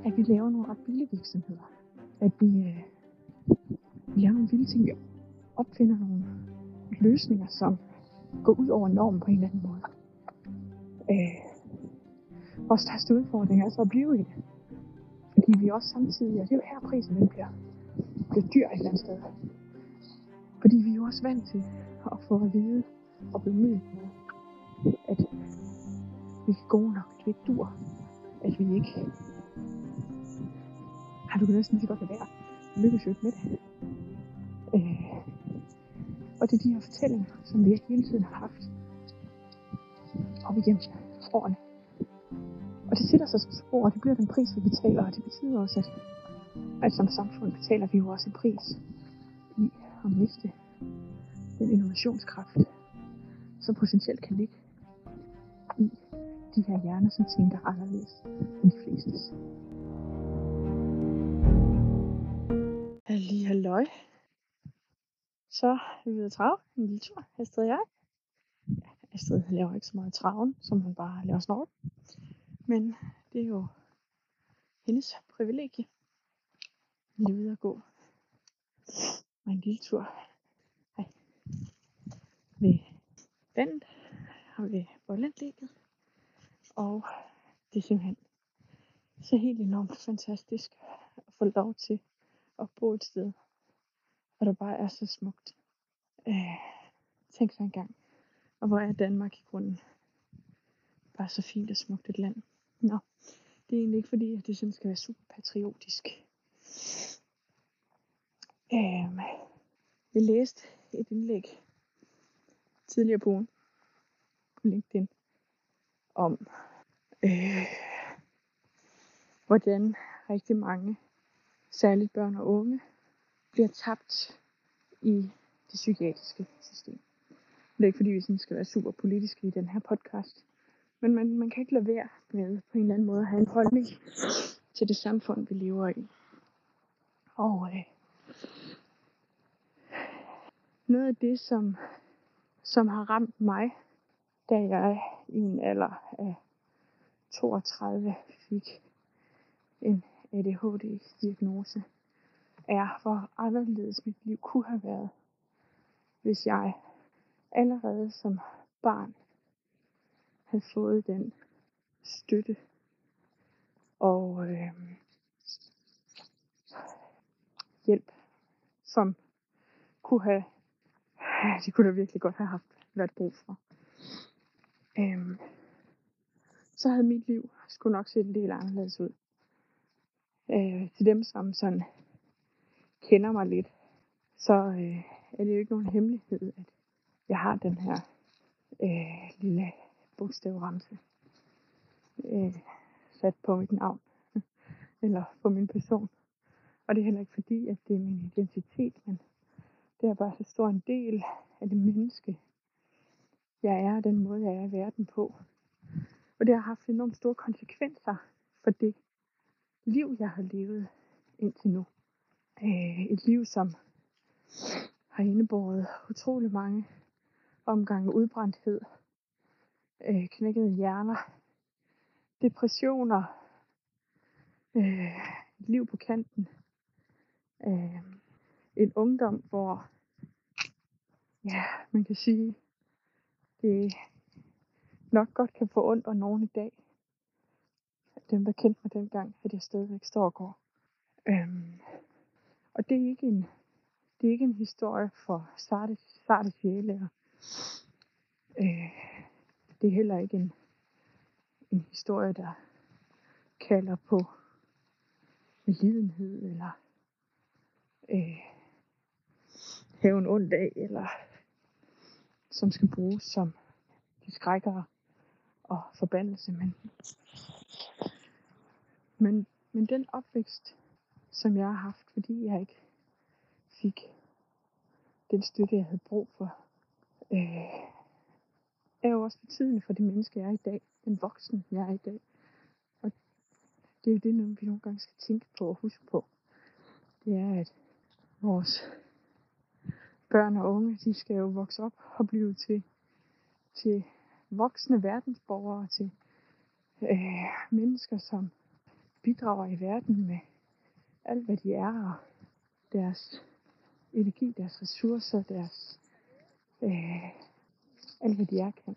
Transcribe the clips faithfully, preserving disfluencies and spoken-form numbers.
at vi laver nogle ret vilde virksomheder. At vi, øh, vi laver nogle vilde ting. Vi opfinder nogle løsninger, som går ud over normen på en eller anden måde. Øh, vores største udfordring er så at blive i det. Fordi vi også samtidig, og det er jo her prisen den bliver, bliver dyr et eller andet sted. Fordi vi er jo også vant til at få at vide og blive mødt med, at vi ikke er gode nok, at vi ikke dur, at vi ikke... Har du kan næsten lige så godt lade være. Vi lykkes jo ikke med det. Øh, og det er de her fortællinger, som vi hele tiden har haft op igennem årene. Og det sætter sig som spor, og det bliver den pris, vi betaler, og det betyder også, at, at som samfund betaler vi jo også en pris i at miste den innovationskraft, som potentielt kan ligge i de her hjerner, som tænker anderledes end de flestes. Lige halløj. Så er vi ved at trave en lille tur. Astrid og jeg. Ja, Astrid laver ikke så meget traven, som hun bare laver snort. Men det er jo hendes privilegie. Vi er ude at gå. Og en lille tur. Hej. Ved vandet. Og ved bollanlægget. Og det er simpelthen så helt enormt fantastisk at få lov til at bo et sted, hvor der bare er så smukt. Øh, tænk så engang. Og hvor er Danmark i grunden bare så fint og smukt et land. Nå, det er egentlig ikke fordi, at det sådan skal være super patriotisk. Øh, jeg læste et indlæg tidligere på ugen på LinkedIn om, øh, hvordan rigtig mange, særligt børn og unge, bliver tabt i det psykiatriske system. Det er ikke fordi, vi sådan skal være super politiske i den her podcast. Men man, man kan ikke lade være med på en eller anden måde at have en holdning til det samfund, vi lever i. Og øh, noget af det, som, som har ramt mig, da jeg i en alder af toogtredive fik en A D H D-diagnose, er, hvor anderledes mit liv kunne have været, hvis jeg allerede som barn havde fået den støtte og øh, hjælp, som kunne have, det kunne der virkelig godt have haft været brug for. Øh, så havde mit liv skulle nok set en del anderledes ud. Øh, til dem, som sådan kender mig lidt, så øh, er det jo ikke nogen hemmelighed, at jeg har den her øh, lille bogstavramse øh, sat på mit navn, eller på min person. Og det er heller ikke fordi, at det er min identitet, men det er bare så stor en del af det menneske, jeg er, og den måde, jeg er i verden på. Og det har haft enormt store konsekvenser for det liv, jeg har levet indtil nu. Øh, et liv, som har indebåret utrolig mange omgange udbrændthed, øh, knækkede hjerner, depressioner, øh, et liv på kanten, øh, en ungdom, hvor ja, man kan sige, det nok godt kan få ondt af nogen i dag. Dem, der kendte mig dengang, at jeg stadigvæk står og går. Øhm, og det er ikke en, det er ikke en historie for sarte, sarte sjæle. Øh, det er heller ikke en, en historie, der kalder på lidenhed, eller øh, have en ond dag, eller som skal bruges som de skrækkere og forbandelse. Men, men, men den opvækst, som jeg har haft, fordi jeg ikke fik den støtte, jeg havde brug for, øh, er jo også betydende for det menneske, jeg er i dag. Den voksen, jeg er i dag. Og det er jo det, vi nogle gange skal tænke på og huske på. Det er, at vores børn og unge, de skal jo vokse op og blive til, til voksne verdensborgere, til øh, mennesker, som bidrager i verden med alt, hvad de er, og deres energi, deres ressourcer, deres øh, alt, hvad de er kan.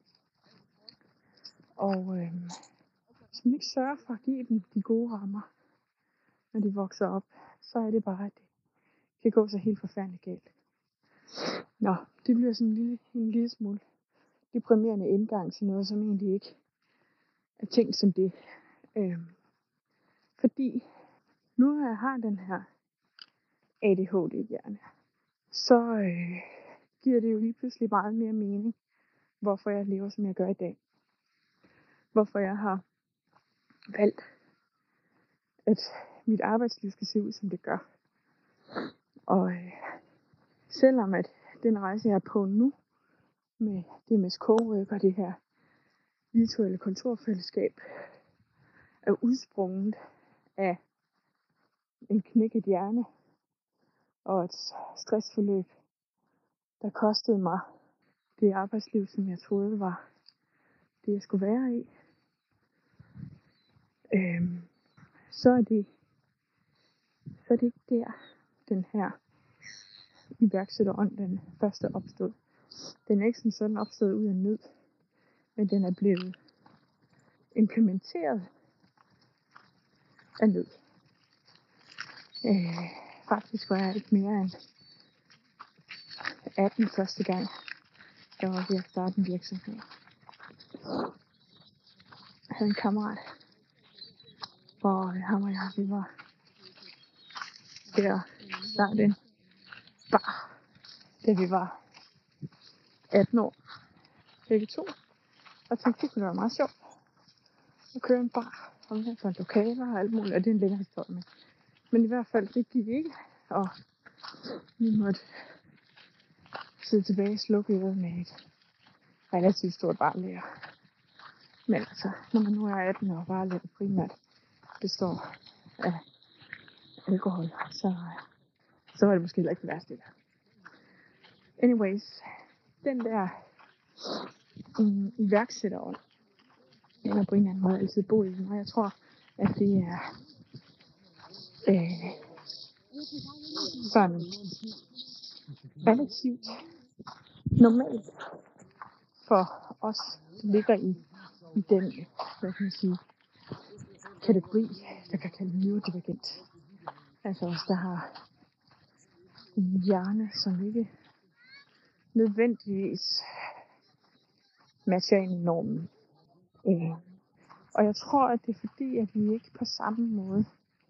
Og øh, hvis man ikke sørger for at give dem de gode rammer, når de vokser op, så er det bare, at det kan gå så helt forfærdeligt galt. Nå, det bliver sådan en lille, en lille smule deprimerende indgang til noget, som egentlig ikke er tænkt som det. Øh, fordi nu når jeg har den her A D H D-hjerne, så øh, giver det jo lige pludselig meget mere mening, hvorfor jeg lever, som jeg gør i dag. Hvorfor jeg har valgt, at mit arbejdsliv skal se ud, som det gør. Og øh, selvom at den rejse, jeg er på nu, med det med cowork og det her virtuelle kontorfællesskab, er udsprunget af en knækket hjerne og et stressforløb, der kostede mig det arbejdsliv, som jeg troede var det, jeg skulle være i. Øhm, så er det så er det ikke der, den her iværksætterånd, den første opstod. Den er ikke sådan sådan opstået ud af nød, men den er blevet implementeret af nød. Øh, faktisk var jeg ikke mere end atten første gang, jeg var ved at starte en virksomhed. Jeg havde en kammerat, hvor ham og jeg, vi var ved at starte en bar, da vi var atten år, begge to. Og tænkte, det kunne være meget sjovt at køre en bar, og vi havde lokaler og alt muligt, og det er en længere historie med. Men i hvert fald, det gik ikke, og vi måtte sidde tilbage i slukket med et relativt stort barlager. Men altså, når man nu er atten år, og barlager primært består af alkohol, så, så var det måske heller ikke det værste der. Anyways, den der um, iværksætterånd, den har på en eller anden måde altid boet i mig. Jeg tror, at det er øh, sådan relativt normalt for os, der ligger i, i den, hvad kan man sige, kategori, der kan kalde neurodivergent. Altså os, der har en hjerne, som ikke nødvendigvis matcher ind i normen. Øh. Og jeg tror, at det er fordi, at vi ikke på samme måde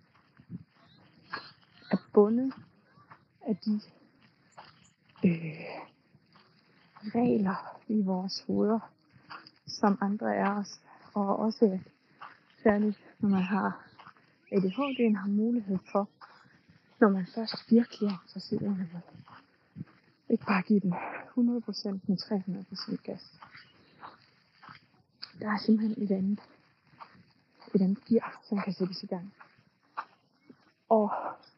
er bundet af de øh, regler i vores hoveder, som andre er os. Og også særligt, når man har A D H D'en, har mulighed for, når man først virkelig er interesseret i noget, ikke bare give den hundrede procent, men tre hundrede procent gas. Der er simpelthen et andet, et andet gear, som kan sættes i gang. Og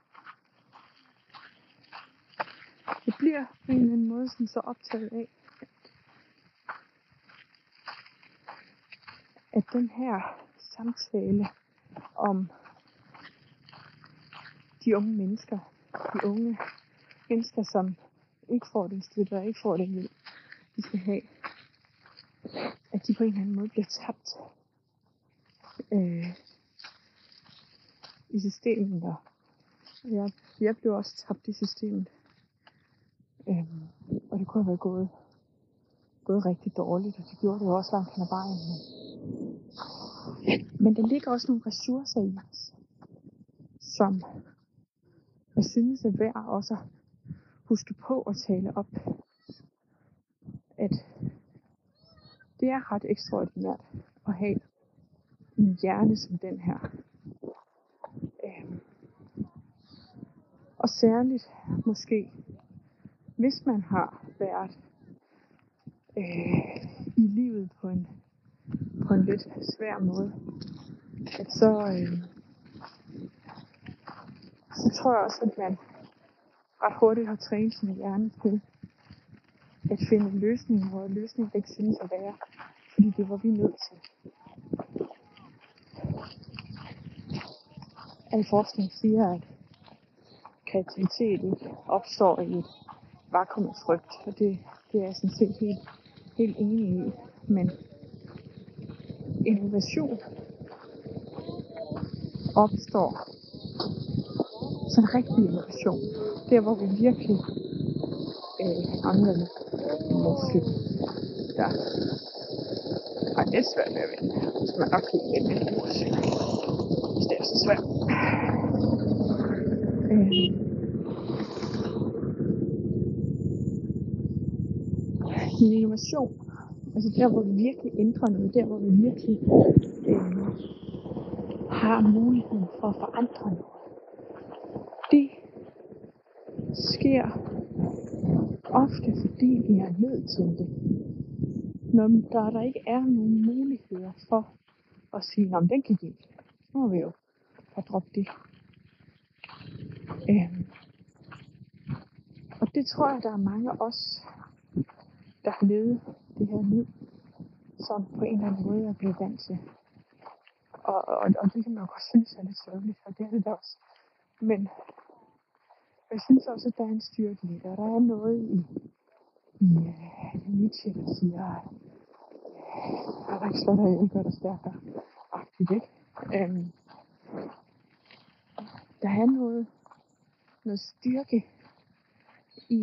det bliver på en eller anden måde sådan så optaget af, at den her samtale om de unge mennesker, de unge mennesker, som ikke får den støtte og ikke får den hjælp, de skal have, at de på en eller anden måde bliver tabt øh, i systemet. Og jeg, jeg blev også tabt i systemet. Øh, og det kunne have været gået, gået rigtig dårligt, og det gjorde det jo også langt hen ad vejen. Men, men der ligger også nogle ressourcer i os, som jeg synes er værd også at huske på at tale op, at det er ret ekstraordinært at have en hjerne som den her. Øhm, og særligt måske, hvis man har været øh, i livet på en, på en lidt svær måde, at så, øh, så tror jeg også, at man ret hurtigt har trænet sin hjerne til at finde en løsning, hvor løsningen ikke synes at være, fordi det var vi nødt til. al forskning siger, at kreativitet ikke opstår i et vakuum af frygt, og det, det er jeg sådan set helt, helt enig i. Men innovation opstår, sådan rigtig innovation, der hvor vi virkelig øh, anvender musik, der har lidt svært ved at vende, hvis man nok kan vende musik, hvis det er så svært. Øh, men innovation, altså der hvor vi virkelig ændrer noget, der hvor vi virkelig øh, har muligheden for at forandre noget, det sker ofte fordi vi er nødt til det. Når der, der ikke er nogen muligheder for at sige, om den gik ikke, så må vi jo have droppet det. Øhm, og det tror jeg, der er mange af os, der har levet det her liv, som på en eller anden måde er blevet vant til. Og, og, og det kan man jo godt synes er lidt sørgeligt, og det er det da også. Men jeg synes også, at der er en styrke i det, og der er noget i, i uh, Nietzsche, der siger, at uh, der er ikke slået af ihjel, gør dig stærkere. Agtigt, ikke? Øhm, der er noget, noget styrke i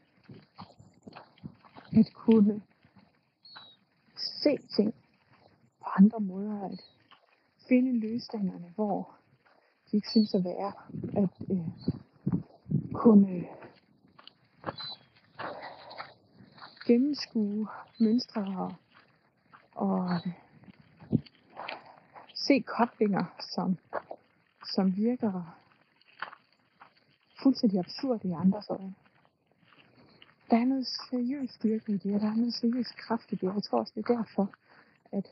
at kunne se ting på andre måder, at finde løsningerne, hvor de ikke synes at være, at øh, kunne gennemskue mønstre og, og se koblinger, som, som virker fuldstændig absurd i andres øjne. Der er noget seriøst styrke i det, og der er noget seriøst kraft i det. Jeg tror også, det er derfor, at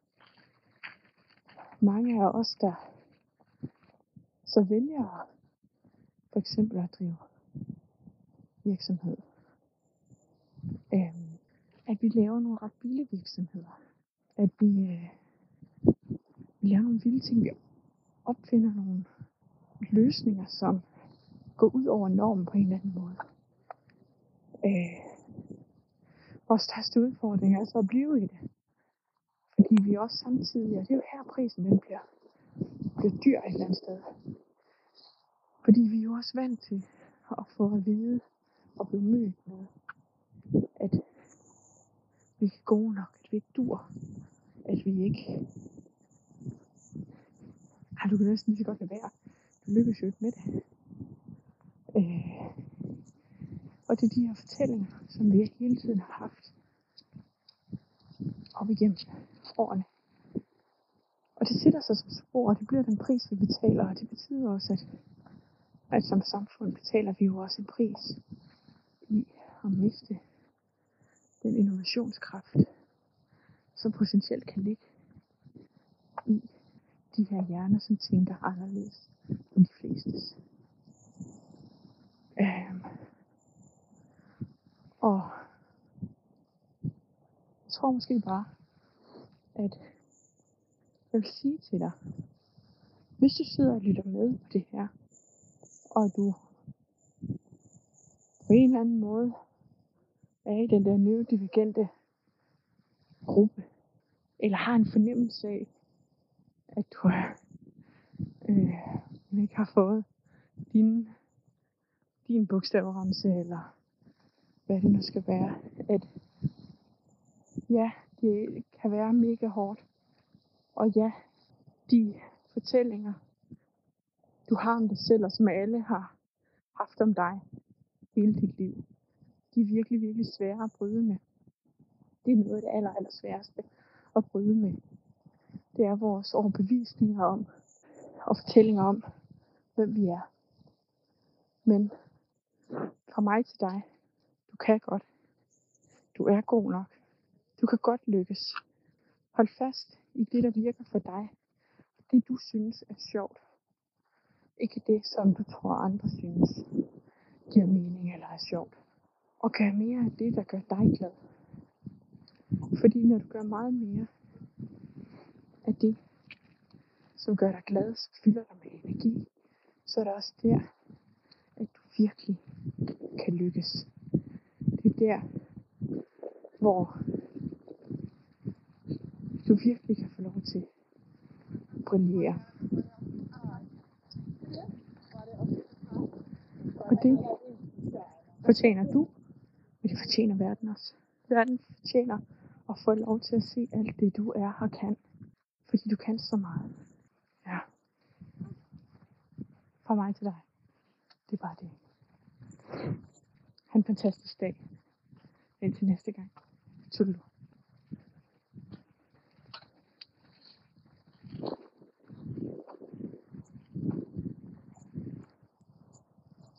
mange af os, der så vælger for eksempel at drive virksomhed, øhm, at vi laver nogle ret billige virksomheder. At vi, øh, vi laver nogle vilde ting. Vi opfinder nogle løsninger, som går ud over normen på en eller anden måde. Øh, vores største udfordring er så at blive i det. Fordi vi også samtidig, og det er jo her prisen den bliver, bliver dyr et eller andet sted. Fordi vi er jo også vant til at få at vide og blive mødt med, at vi ikke er gode nok, at vi ikke dur, at vi ikke... Har du kan næsten lige så godt lade være. Du lykkes jo ikke med det. Øh, og det er de her fortællinger, som vi hele tiden har haft op igennem årene. Og det sætter sig som spor, og det bliver den pris, vi betaler, og det betyder også, at, at som samfund betaler vi jo også en pris i at miste den innovationskraft, som potentielt kan ligge i de her hjerner, som tænker anderledes end de flestes. Øhm. Og jeg tror måske bare, at jeg vil sige til dig, hvis du sidder og lytter med på det her, og du på en eller anden måde er i den der neurodivergente gruppe, eller har en fornemmelse af, at du er, øh, ikke har fået din, din bogstavremse, eller hvad det nu skal være, at ja, det kan være mega hårdt, og ja, de fortællinger, du har om dig selv, og som alle har haft om dig hele dit liv, de er virkelig, virkelig svære at bryde med. Det er noget af det aller, aller sværeste at bryde med. Det er vores overbevisninger om, og fortællinger om, hvem vi er. Men fra mig til dig, du kan godt. Du er god nok. Du kan godt lykkes. Hold fast i det, der virker for dig. Det, du synes er sjovt. Ikke det, som du tror, andre synes giver mening eller er sjovt. Og gør mere af det, der gør dig glad. Fordi når du gør meget mere af det, som gør dig glad, så fylder dig med energi, så er det også der, at du virkelig kan lykkes. Det er der, hvor du virkelig kan få lov til at brillere. Og det fortjener du, og det fortjener verden også. Verden fortjener at få lov til at se alt det, du er og kan. Fordi du kan så meget. Ja. Fra mig til dig. Det er bare det. Ha' en fantastisk dag. Indtil næste gang. Tudelu.